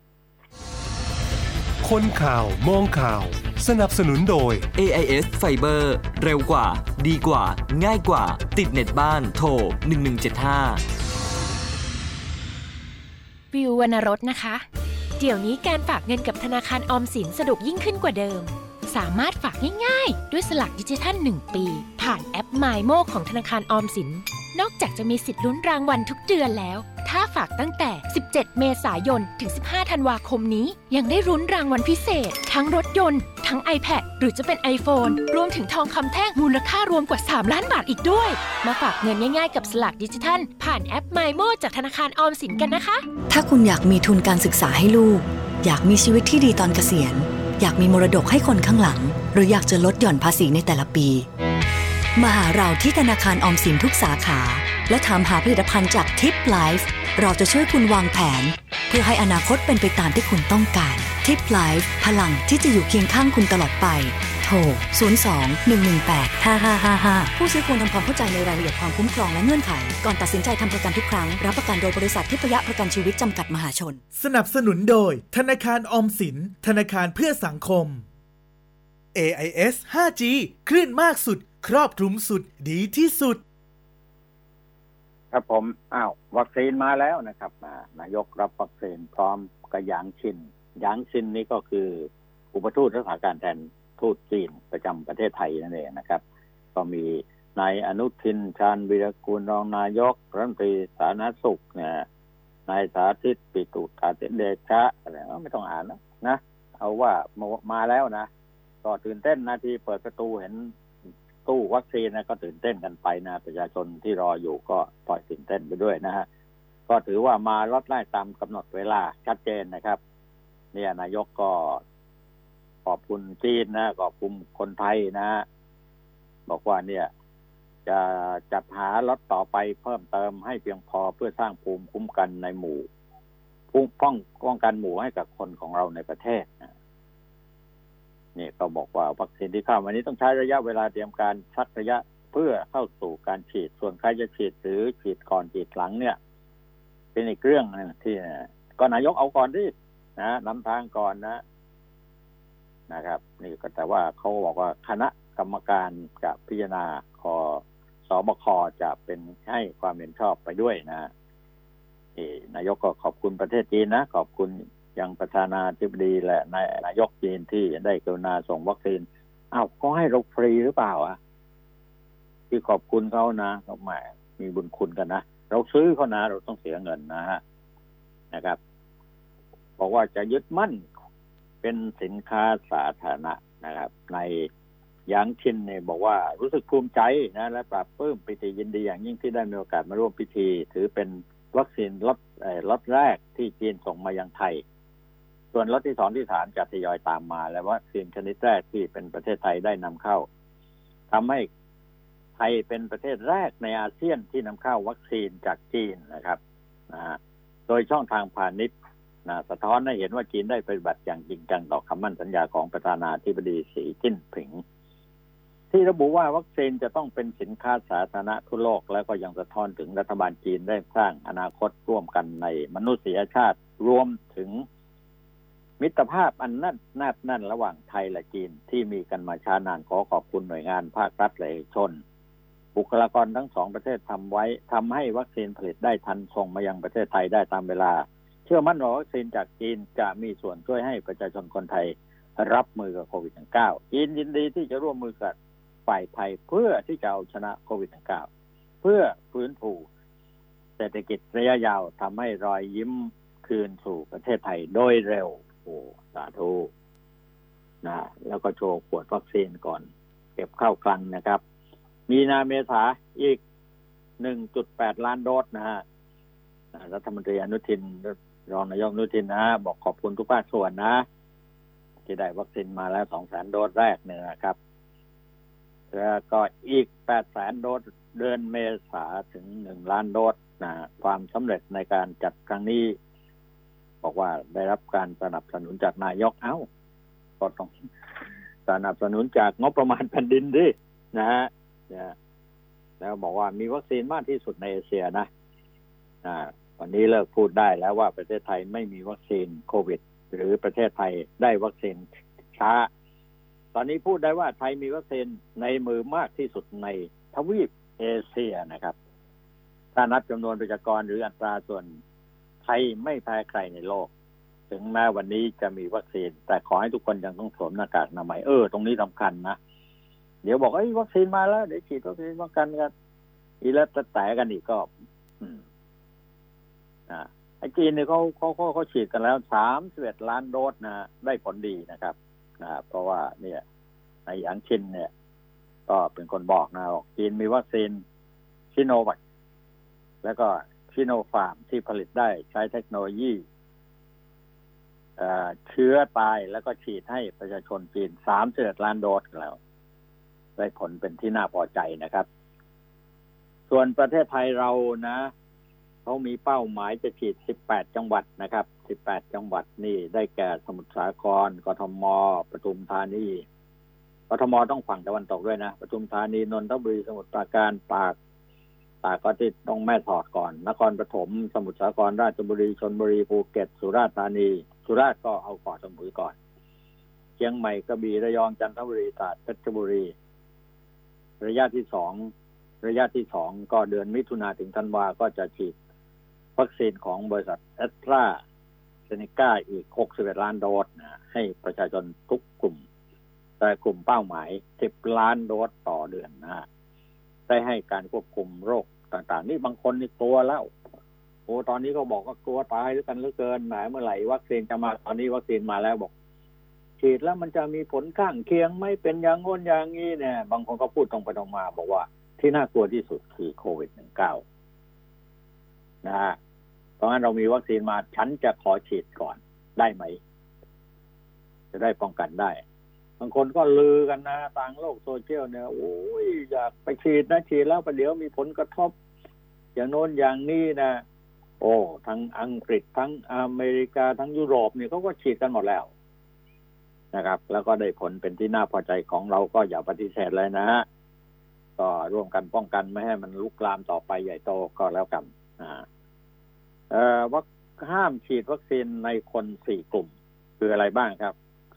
คนข่าวมองข่าวสนับสนุนโดย AIS Fiber เร็วกว่าดีกว่าง่ายกว่าติดเน็ตบ้านโทร1175 วิววรรณรสนะคะเดี๋ยวนี้การฝากเงินกับธนาคารออมสินสะดวกยิ่งขึ้นกว่าเดิมสามารถฝากง่ายๆด้วยสลากดิจิทัล1 ปีผ่านแอป MyMo ของธนาคารออมสินนอกจากจะมีสิทธิ์ลุ้นรางวัลทุกเดือนแล้วถ้าฝากตั้งแต่17เมษายนถึง15ธันวาคมนี้ยังได้ลุ้นรางวัลพิเศษทั้งรถยนต์ทั้ง iPad หรือจะเป็น iPhone รวมถึงทองคำแท่งมูลค่ารวมกว่า3 ล้านบาทอีกด้วยมาฝากเงินง่ายๆกับสลากดิจิทัลผ่านแอป MyMo จากธนาคารออมสินกันนะคะถ้าคุณอยากมีทุนการศึกษาให้ลูกอยากมีชีวิตที่ดีตอนเกษียณอยากมีมรดกให้คนข้างหลังหรืออยากจะลดหย่อนภาษีในแต่ละปีมาหาเราที่ธนาคารออมสินทุกสาขาและถามหาผลิตภัณฑ์จาก Tip Life เราจะช่วยคุณวางแผนเพื่อให้อนาคตเป็นไปตามที่คุณต้องการ Tip Life พลังที่จะอยู่เคียงข้างคุณตลอดไปโทร 02-118-5555 ผู้ซื้อควรทำความเข้าใจในรายละเอียดความคุ้มครองและเงื่อนไขก่อนตัดสินใจทำประกันทุกครั้งรับประกันโดยบริษัททิพยประกันชีวิตจำกัดมหาชนสนับสนุนโดยธนาคารออมสินธนาคารเพื่อสังคม AIS 5G คลื่นมากสุดครอบคลุมสุดดีที่สุดครับผมวัคซีนมาแล้วนะครับนายกรับวัคซีนพร้อมกับหยางชินนี่ก็คืออุปทูตรักษาการแทนทูตจีนประจำประเทศไทยนั่นเองนะครับก็มีนายอนุทินชาญวีรกูลรองนายกรัฐมนตรีสาธารณสุขนายสาธิตปิตุตาเดชะอะไรไม่ต้องอ่านนะเอาว่ามาแล้วนะก็ตื่นเต้นนาทีเปิดประตูเห็นตู้วัคซีนนะก็ตื่นเต้นกันไปนะประชาชนที่รออยู่ก็ปล่อยตื่นเต้นไปด้วยนะฮะก็ถือว่ามาล็อตแรกตามกำหนดเวลาชัดเจนนะครับเนี่ยนายกก็ขอบคุณจีนนะขอบคุณคนไทยนะบอกว่าเนี่ยจะจัดหาล็อตต่อไปเพิ่มเติมให้เพียงพอเพื่อสร้างภูมิคุ้มกันในหมู่ป้องกันหมู่ให้กับคนของเราในประเทศนะนี่ก็บอกว่าวัคซีนที่เข้าวันนี้ต้องใช้ระยะเวลาเตรียมการสักระยะเพื่อเข้าสู่การฉีดส่วนใครจะฉีดหรือฉีดก่อนฉีดหลังเนี่ยเป็นอีกเรื่องนึงที่ก็นายกเอาก่อนที่นะนำทางก่อนนะครับนี่ก็แต่ว่าเขาบอกว่าคณะกรรมการจะพิจารณาสบคจะเป็นให้ความเห็นชอบไปด้วยนะนายกก็ขอบคุณประเทศจีนนะขอบคุณยังประธานาธิบดีและนายกจีนที่ได้กรุณาส่งวัคซีนเขาให้เราฟรีหรือเปล่าที่ขอบคุณเขานะเขาหมายมีบุญคุณกันนะเราซื้อเขานะเราต้องเสียเงินนะครับบอกว่าจะยึดมั่นเป็นสินค้าสาธารณะนะครับในหยางชินเนี่ยบอกว่ารู้สึกภูมิใจนะและปลาบปลื้มปิติยินดีอย่างยิ่งที่ได้มีโอกาสมาร่วมพิธีถือเป็นวัคซีนล็อตแรกที่จีนส่งมายังไทยส่วนล็อตที่2ที่3จะทยอยตามมาและวัคซีนชนิดแรกที่เป็นประเทศไทยได้นำเข้าทำให้ไทยเป็นประเทศแรกในอาเซียนที่นำเข้าวัคซีนจากจีนนะครับโดยช่องทางพาณิชย์สะท้อนให้เห็นว่าจีนได้ปฏิบัติอย่างจริงจังต่อคำมั่นสัญญาของประธานาธิบดีสีจิ้นผิงที่ระบุว่าวัคซีนจะต้องเป็นสินค้าสาธารณะทั่วโลกแล้วก็ยังสะท้อนถึงรัฐบาลจีนได้สร้างอนาคตร่วมกันในมนุษยชาติรวมถึงมิตรภาพอันแน่นระหว่างไทยและจีนที่มีกันมาช้านานขอขอบคุณหน่วยงานภาครัฐและเอกชนบุคลากรทั้งสองประเทศทำให้วัคซีนผลิตได้ทันส่งมายังประเทศไทยได้ตามเวลาเชื่อมั่นว่าวัคซีนจากจีนจะมีส่วนช่วยให้ประชาชนคนไทยรับมือกับโควิด -19 จีนยินดีที่จะร่วมมือกับฝ่ายไทยเพื่อที่จะเอาชนะโควิด -19 เพื่อฟื้นฟูเศรษฐกิจระยะยาวทำให้รอยยิ้มคืนสู่ประเทศไทยโดยเร็วสาธุแล้วก็โชว์ขวดวัคซีนก่อนเก็บเข้าคลังนะครับมีนาเมษาอีก 1.8 ล้านโดสนะฮะรัฐมนตรีอนุทินรองนายกอนุทินบอกขอบคุณทุกภาคส่วนนะที่ได้วัคซีนมาแล้ว 200,000 โดสแรกเนี่ยนะครับแล้วก็อีก 800,000 โดสเดือนเมษาถึง 1 ล้านโดสความสำเร็จในการจัดครั้งนี้บอกว่าได้รับการสนับสนุนจากนายกก็ต้องสนับสนุนจากงบประมาณแผ่นดินดินะฮะแล้วบอกว่ามีวัคซีนมากที่สุดในเอเชียนะวันนี้เลิกพูดได้แล้วว่าประเทศไทยไม่มีวัคซีนโควิดหรือประเทศไทยได้วัคซีนช้าตอนนี้พูดได้ว่าไทยมีวัคซีนในมือมากที่สุดในทวีปเอเชียนะครับถ้านับจำนวนประชากรหรืออัตราส่วนไทยไม่แพ้ใครในโลกถึงแม้วันนี้จะมีวัคซีนแต่ขอให้ทุกคนยังต้องสวมหน้ากากอนามัยตรงนี้สำคัญนะเดี๋ยวบอกวัคซีนมาแล้วเดี๋ยวฉีดวัคซีนป้องกันกันอีแล้วแต่กันอีกก็ไอ้จีนเนี่ยเขาฉีดกันแล้ว31 ล้านโดสนะได้ผลดีนะครับเพราะว่าเนี่ยในหยางชินเนี่ยก็เป็นคนบอกจีนมีวัคซีนซิโนแวคแล้วก็ซิโนฟาร์มที่ผลิตได้ใช้เทคโนโลยีเชื้อตายแล้วก็ฉีดให้ประชาชนจีน31 ล้านโดสแล้วได้ผลเป็นที่น่าพอใจนะครับส่วนประเทศไทยเรานะเขามีเป้าหมายจะฉีด18 จังหวัดนะครับ18 จังหวัดนี่ได้แก่สมุทรสาครกทมปทุมธานีกทมต้องฝั่งตะวันตกด้วยนะปทุมธานีนนทบุรีสมุทรปราการตากก็ติดต้องแม่สอดก่อนนครปฐมสมุทรสาครราชบุรีชลบุรีภูเก็ตสุราษฎร์ธานีสุราษฎร์ก็เอาเกาะสมุยก่อนเชียงใหม่กระบี่ระยองจันทบุรีตราดเพชรบุรีระยะที่2 ระยะที่2ก็เดือนมิถุนายนถึงธันวาก็จะฉีดวัคซีนของบริษัทแอสตราเซเนกาอีก61ล้านโดสนะให้ประชาชนทุกกลุ่มแต่กลุ่มเป้าหมาย10ล้านโดสต่อเดือนนะได้ให้การควบคุมโรคต่างๆนี่บางคนนี่กลัวแล้วโอ้ตอนนี้ก็บอกว่ากลัวตายด้วยกันเหลือเกินแหมเมื่อไหร่วัคซีนจะมาตอนนี้วัคซีนมาแล้วบอกฉีดแล้วมันจะมีผลข้างเคียงไม่เป็นอย่างงนอย่างนี้เนี่ยบางคนก็พูดตรงไปตรงมาบอกว่าที่น่ากลัวที่สุดคือโควิด-19 นะฮะเพราะงั้นเรามีวัคซีนมาฉันจะขอฉีดก่อนได้ไหมจะได้ป้องกันได้บางคนก็ลือกันนะทางโลกโซเชียลเนี่ยโอ้ยอยากไปฉีดนะฉีดแล้วประเดี๋ยวมีผลกระทบอย่างโน้นอย่างนี้นะโอ้ทั้งอังกฤษทั้งอเมริกาทั้งยุโรปเนี่ยเขาก็ฉีดกันหมดแล้วนะครับแล้วก็ได้ผลเป็นที่น่าพอใจของเราก็อย่าปฏิเสธเลยนะฮะก็ร่วมกันป้องกันไม่ให้มันลุกลามต่อไปใหญ่โตก็แล้วกันว่าห้ามฉีดวัคซีนในคน4กลุ่มคืออะไรบ้างครับ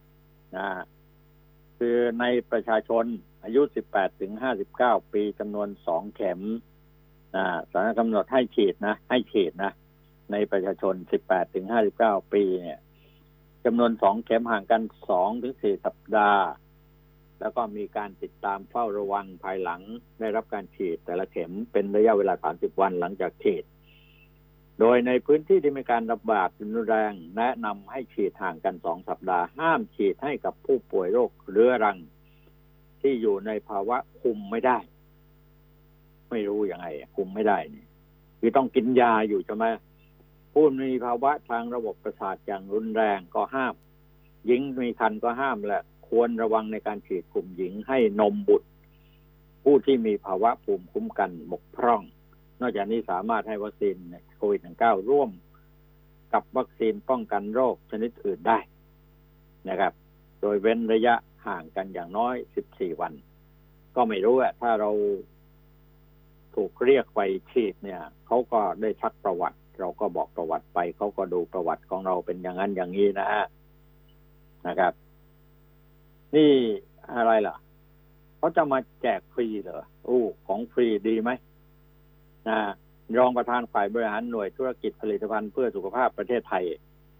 คือในประชาชนอายุ18ถึง59ปีจำนวน2เข็มสารกำหนดให้ฉีดนะในประชาชน18ถึง59ปีเนี่ยจำนวน2เข็มห่างกัน2ถึง4สัปดาห์แล้วก็มีการติดตามเฝ้าระวังภายหลังได้รับการฉีดแต่ละเข็มเป็นระยะเวลา30วันหลังจากฉีดโดยในพื้นที่ที่มีการระบาดรุนแรงแนะนำให้ฉีดห่างกัน2สัปดาห์ห้ามฉีดให้กับผู้ป่วยโรคเรื้อรังที่อยู่ในภาวะคุมไม่ได้ไม่รู้ยังไงคุมไม่ได้นี่คือต้องกินยาอยู่ใช่ไหมผู้มีภาวะทางระบบประสาทอย่างรุนแรงก็ห้ามหญิงมีครรภ์ก็ห้ามและควรระวังในการฉีดกลุ่มหญิงให้นมบุตรผู้ที่มีภาวะภูมิคุ้มกันบกพร่องนอกจากนี้สามารถให้วัคซีนโควิด-19 ร่วมกับวัคซีนป้องกันโรคชนิดอื่นได้นะครับโดยเว้นระยะห่างกันอย่างน้อย14วันก็ไม่รู้ถ้าเราถูกเรียกไปฉีดเนี่ยเขาก็ได้ซักประวัติเราก็บอกประวัติไปเขาก็ดูประวัติของเราเป็นอย่างนั้นอย่างนี้นะครับนี่อะไรล่ะเขาจะมาแจกฟรีเหรอของฟรีดีไหมรองประธานฝ่ายบริหารหน่วยธุรกิจผลิตภัณฑ์เพื่อสุขภาพประเทศไทย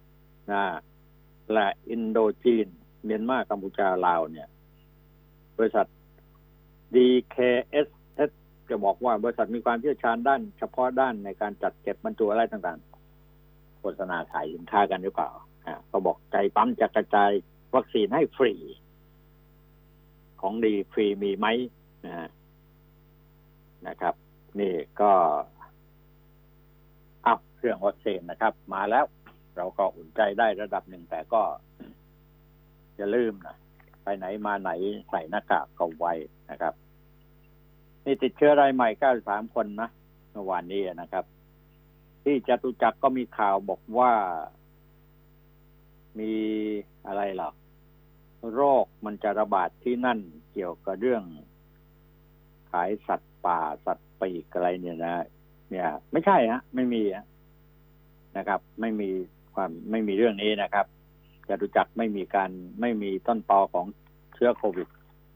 และอินโดจีนเมียนมากัมพูชาลาวเนี่ยบริษัท DKSS จะบอกว่าบริษัทมีความเชี่ยวชาญด้านเฉพาะด้านในการจัดเก็บบรรจุอะไรต่างๆโฆษณาขายสินค้ากันหรือเปล่าก็บอกใจปั๊มจะกระจายวัคซีนให้ฟรีของดีฟรีมีไหมนะครับนี่ก็เรื่องวัคซีนนะครับมาแล้วเราก็อุ่นใจได้ระดับหนึ่งแต่ก็อย่าลืมนะไปไหนมาไหนใส่หน้ากากเอาไว้นะครับนี่ติดเชื้อรายใหม่93คนนะเมื่อวานนี้นะครับที่จตุจักรก็มีข่าวบอกว่ามีอะไรล่ะโรคมันจะระบาดที่นั่นเกี่ยวกับเรื่องขายสัตว์ป่าสัตว์ปีกอะไรเนี่ยไม่ใช่ไม่มีนะครับไม่มีเรื่องนี้นะครับจตุจักรไม่มีต้นตอของเชื้อโควิด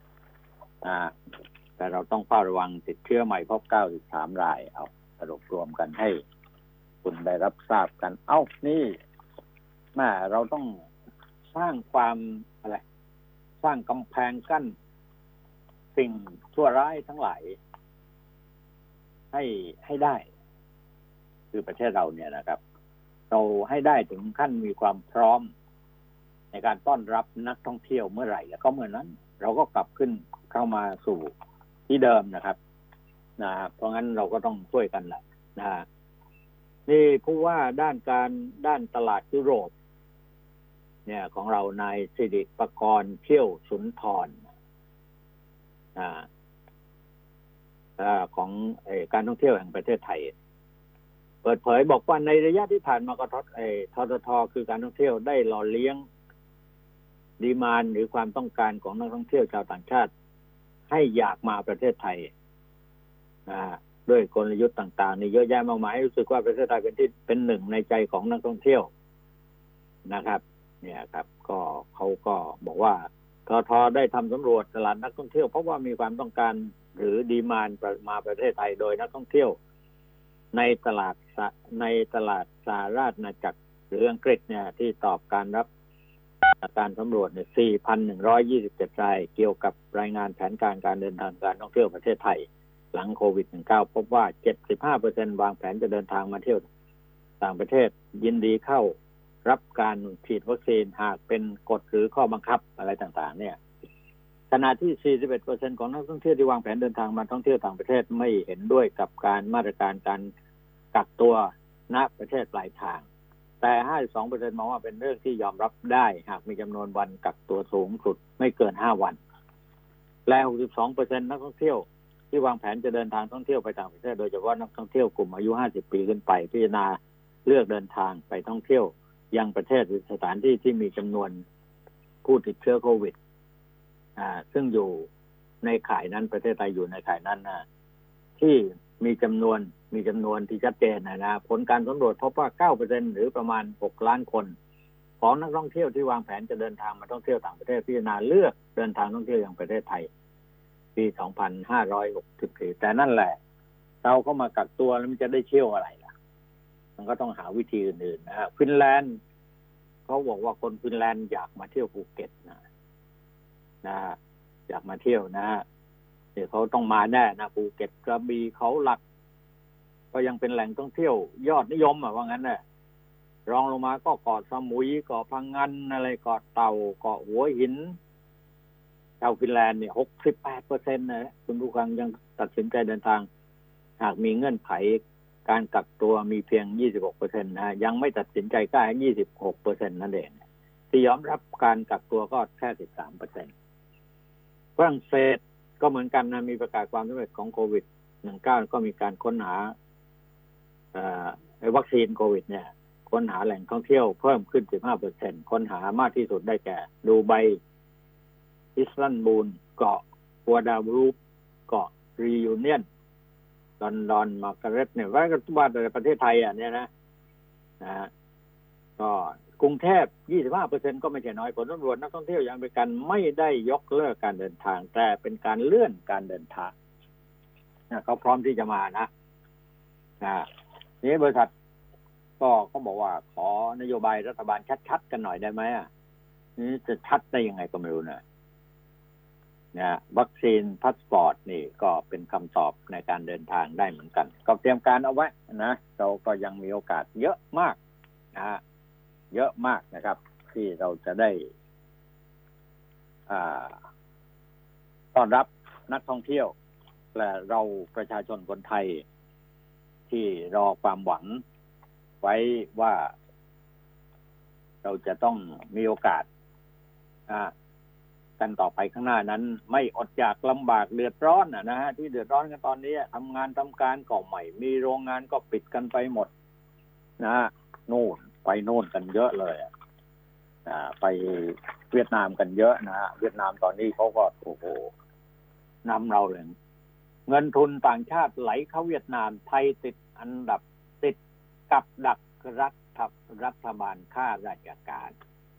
แต่เราต้องเฝ้าระวังติดเชื้อใหม่พบ93รายเอาสรุปรวมกันให้คุณได้รับทราบกันนี่เราต้องสร้างความอะไรสร้างกำแพงกั้นสิ่งชั่วร้ายทั้งหลายให้ได้คือประเทศเราเนี่ยนะครับเราให้ได้ถึงขั้นมีความพร้อมในการต้อนรับนักท่องเที่ยวเมื่อไหร่แล้วก็เมื่อนั้นเราก็กลับขึ้นเข้ามาสู่ที่เดิมนะครับเพราะงั้นเราก็ต้องช่วยกันแหละนี่ผู้ว่าด้านตลาดยุโรปเนี่ยของเรานายสิริปกรณ์เชี่ยวสุนทรของการท่องเที่ยวแห่งประเทศไทยเปิดเผยบอกว่าในระยะที่ผ่านมากททคือการท่องเที่ยวได้หล่อเลี้ยงดีมานด์หรือความต้องการของนักท่องเที่ยวชาวต่างชาติให้อยากมาประเทศไทยด้วยกลยุทธ์ต่างๆนี่เยอะแยะมากมายรู้สึกว่าประเทศไทยเป็นหนึ่งในใจของนักท่องเที่ยวนะครับเนี่ยครับก็เขาก็บอกว่าททได้ทำสำรวจตลาดนักท่องเที่ยวเพราะว่ามีความต้องการหรือดีมานด์มาประเทศไทยโดยนักท่องเที่ยวในตลาดสหราชอาณาจักรหรืออังกฤษเนี่ยที่ตอบการรับการสำรวจเนี่ย 4,127 รายเกี่ยวกับรายงานแผนการเดินทางการท่องเที่ยวประเทศไทยหลังโควิด -19 พบว่า 75% วางแผนจะเดินทางมาเที่ยวต่างประเทศยินดีเข้ารับการฉีดวัคซีนหากเป็นกฎหรือข้อบังคับอะไรต่างๆเนี่ยขณะที่ 41% ของนักท่องเที่ยวที่วางแผนเดินทางมาท่องเที่ยวต่างประเทศไม่เห็นด้วยกับการมาตรการการกักตัวณประเทศปลายทางแต่ 52% มองว่าเป็นเรื่องที่ยอมรับได้หากมีจำนวนวันกักตัวสูงสุดไม่เกิน 5 วันและ 62% นักท่องเที่ยวที่วางแผนจะเดินทางท่องเที่ยวไปต่างประเทศโดยเฉพาะนักท่องเที่ยวกลุ่มอายุ 50 ปีขึ้นไปพิจารณาเลือกเดินทางไปท่องเที่ยวยังประเทศหรือสถานที่ที่มีจำนวนผู้ติดเชื้อโควิดซึ่งอยู่ในข่ายนั้นประเทศไทยอยู่ในข่ายนั้นที่มีจำนวนที่ชัดเจนนะผลการสำรวจพบว่า 9% หรือประมาณ 6 ล้านคนของนักท่องเที่ยวที่วางแผนจะเดินทางมาท่องเที่ยวต่างประเทศพิจารณาเลือกเดินทางท่องเที่ยวอย่างประเทศไทยปี 2564 แต่นั่นแหละเราก็มากักตัวแล้วมันจะได้เที่ยวอะไรล่ะมันก็ต้องหาวิธีอื่นๆนะฟินแลนด์เขาบอกว่าคนฟินแลนด์อยากมาเที่ยวภูเก็ตนะอยากมาเที่ยวนะเดี๋ยวเขาต้องมาแน่นะภูเก็ตกระบี่เขาหลักก็ยังเป็นแหล่งท่องเที่ยวยอดนิยมว่างั้นน่ะรองลงมาก็เกาะสมุยเกาะพังงานอะไรเกาะเต่าเกาะหัวหินชาวฟินแลนด์เนี่ย 68% นะคุณผู้ฟังยังตัดสินใจเดินทางหากมีเงื่อนไขการกักตัวมีเพียง 26% นะยังไม่ตัดสินใจกล้า 26% นั่นเองที่ยอมรับการกักตัวก็แค่ 13%ฝรั่งเศสก็เหมือนกันนะมีประกาศความสำเร็จของโควิด -19 ก็มีการค้นหาวัคซีนโควิดเนี่ยค้นหาแหล่งท่องเที่ยวเพิ่มขึ้น 15% ค้นหามากที่สุดได้แก่ดูไบอิสตันบูลเกาะกัวดาลูปเกาะรียูเนียนลอนดอนมาร์การ์เร็ตเนี่ยว่าแต่ประเทศไทยเนี่ยนะก็กรุงเทพ 25% ก็ไม่ใช่น้อยผลสำรวจนักท่องเที่ยวยังเป็นการไม่ได้ยกเลิกการเดินทางแต่เป็นการเลื่อนการเดินทางเขาพร้อมที่จะมานะนี่บริษัทก็เขาบอกว่าขอนโยบายรัฐบาลชัดๆกันหน่อยได้ไหมนี่จะชัดได้ยังไงก็ไม่รู้นะวัคซีนพาสปอร์ตนี่ก็เป็นคำตอบในการเดินทางได้เหมือนกันก็เตรียมการเอาไว้นะเราก็ยังมีโอกาสเยอะมากเยอะมากนะครับที่เราจะได้ต้อนรับนักท่องเที่ยวและเราประชาชนคนไทยที่รอความหวังไว้ว่าเราจะต้องมีโอกาสกันต่อไปข้างหน้านั้นไม่อดอยากลำบากเดือดร้อนนะฮะที่เดือดร้อนกันตอนนี้ทำงานทำการก็ใหม่มีโรงงานก็ปิดกันไปหมดนู่นไปโน่นกันเยอะเลยไปเวียดนามกันเยอะนะเวียดนามตอนนี้เขาก็โอ้โหนำเราเลยเงินทุนต่างชาติไหลเข้าเวียดนามไทยติดอันดับติดกับดักรัฐบาลข้าราชการ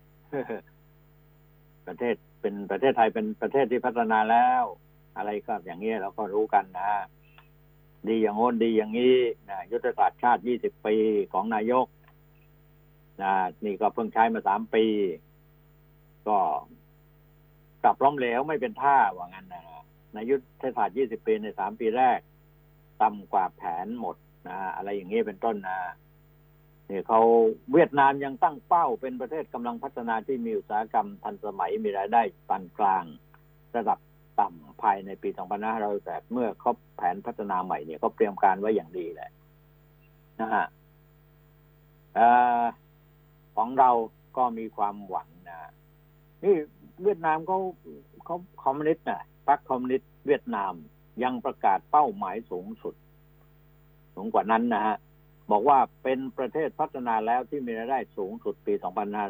ประเทศไทยเป็นประเทศที่พัฒนาแล้วอะไรก็อย่างนี้เราก็รู้กันนะดีอย่างโน้นดีอย่างนี้นะยุทธศาสตร์ชาติ20 ปีของนายกนี่ก็เพิ่งใช้มา3 ปีก็กลับล้มเหลวไม่เป็นท่าว่างั้นนะในยุทธศาสตร์20 ปีใน3 ปีแรกต่ำกว่าแผนหมดอะไรอย่างนี้เป็นต้นนี่เขาเวียดนามยังตั้งเป้าเป็นประเทศกำลังพัฒนาที่มีอุตสาหกรรมทันสมัยมีรายได้ปานกลางระดับต่ำภายในปี2508เมื่อครบแผนพัฒนาใหม่เนี่ยก็เตรียมการไว้อย่างดีแหละนะฮะของเราก็มีความหวังนะนี่เวียดนามเขาคอมมิวนิสต์พรรคคอมมิวนิสต์เวียดนามยังประกาศเป้าหมายสูงสุดสูงกว่านั้นนะฮะบอกว่าเป็นประเทศพัฒนาแล้วที่มีรายได้สูงสุดปี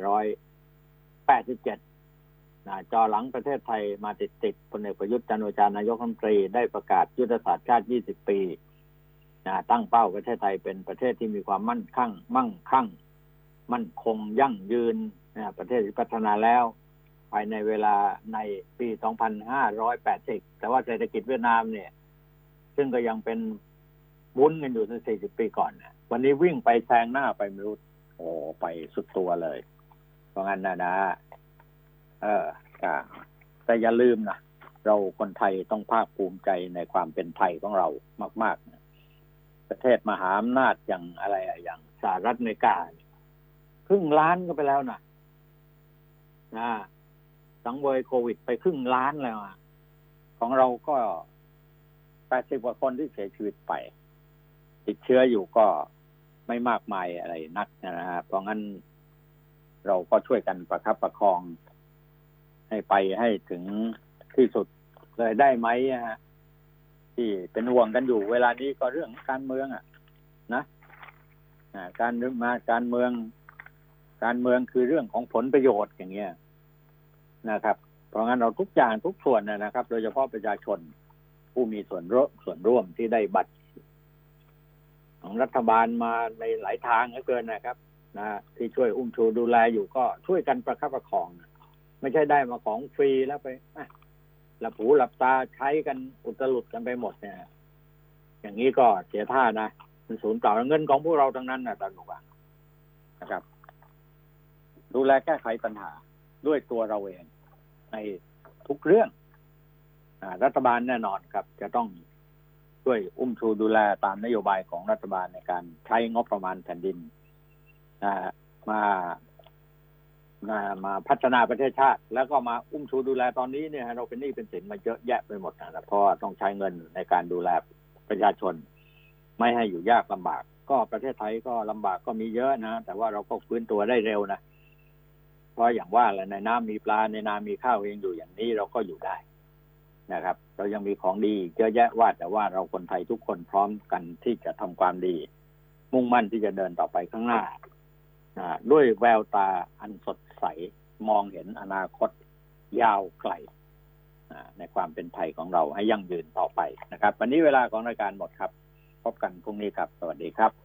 2587จอหลังประเทศไทยมาติดพลเอกประยุทธ์จันทร์โอชานายกรัฐมนตรีได้ประกาศยุทธศาสตร์ชาติ20 ปีตั้งเป้าประเทศไทยเป็นประเทศที่มีความมั่นคงยั่งยืนประเทศที่พัฒนาแล้วไปายในเวลาในปี 2580 แต่ว่าเศรษฐกิจเวียดนามเนี่ยซึ่งก็ยังเป็นวุ้นกันอยู่ตั้ง40 ปีก่อนนะวันนี้วิ่งไปแซงหน้าไปไม่รู้ไปสุดตัวเลยเพราะงั้นนะแต่อย่าลืมนะเราคนไทยต้องภาคภูมิใจในความเป็นไทยของเรามากๆนะประเทศมหาอำนาจอย่างอะไรอย่างสหรัฐอเมริกาครึ่งล้านก็ไปแล้วนะสังเวยโควิดไปครึ่งล้านแล้วของเราก็80 กว่าคนที่เสียชีวิตไปติดเชื้ออยู่ก็ไม่มากมายอะไรนักนะฮะเพราะงั้นเราก็ช่วยกันประคับประคองให้ไปให้ถึงที่สุดเลยได้ไหมฮะที่เป็นห่วงกันอยู่เวลานี้ก็เรื่องการเมืองนะการเมืองคือเรื่องของผลประโยชน์อย่างเงี้ยนะครับเพราะงั้นเราทุกอย่างทุกส่วนนะครับโดยเฉพาะประชาชนผู้มีส่วนร่วมที่ได้บัตรของรัฐบาลมาในหลายทางเหลือเกินนะครับที่ช่วยอุ้มชูดูแลอยู่ก็ช่วยกันประคับประคองไม่ใช่ได้มาของฟรีแล้วไปหลับหูหลับตาใช้กันอุตลุดกันไปหมดเนี่ยอย่างนี้ก็เสียท่านะมันสูญเปล่าเงินของพวกเราทั้งนั้นนะท่านผู้ฟังนะครับดูแลแก้ไขปัญหาด้วยตัวเราเองในทุกเรื่องรัฐบาลแน่นอนครับจะต้องช่วยอุ้มชูดูแลตามนโยบายของรัฐบาลในการใช้งบประมาณแผ่นดินมาพัฒนาประเทศชาติแล้วก็มาอุ้มชูดูแลตอนนี้เนี่ยเราเป็นหนี้เป็นสินมาเยอะแยะไปหมดนะเพราะต้องใช้เงินในการดูแลประชาชนไม่ให้อยู่ยากลำบากก็ประเทศไทยก็ลำบากก็มีเยอะนะแต่ว่าเราก็ฟื้นตัวได้เร็วนะเพราะอย่างว่าแหละในน้ำมีปลาในนามีข้าวเองอยู่อย่างนี้เราก็อยู่ได้นะครับเรายังมีของดีเยอะแยะว่าแต่ว่าเราคนไทยทุกคนพร้อมกันที่จะทำความดีมุ่งมั่นที่จะเดินต่อไปข้างหน้าด้วยแววตาอันสดใสมองเห็นอนาคตยาวไกลในความเป็นไทยของเราให้ยั่งยืนต่อไปนะครับวันนี้เวลาของรายการหมดครับพบกันพรุ่งนี้ครับสวัสดีครับ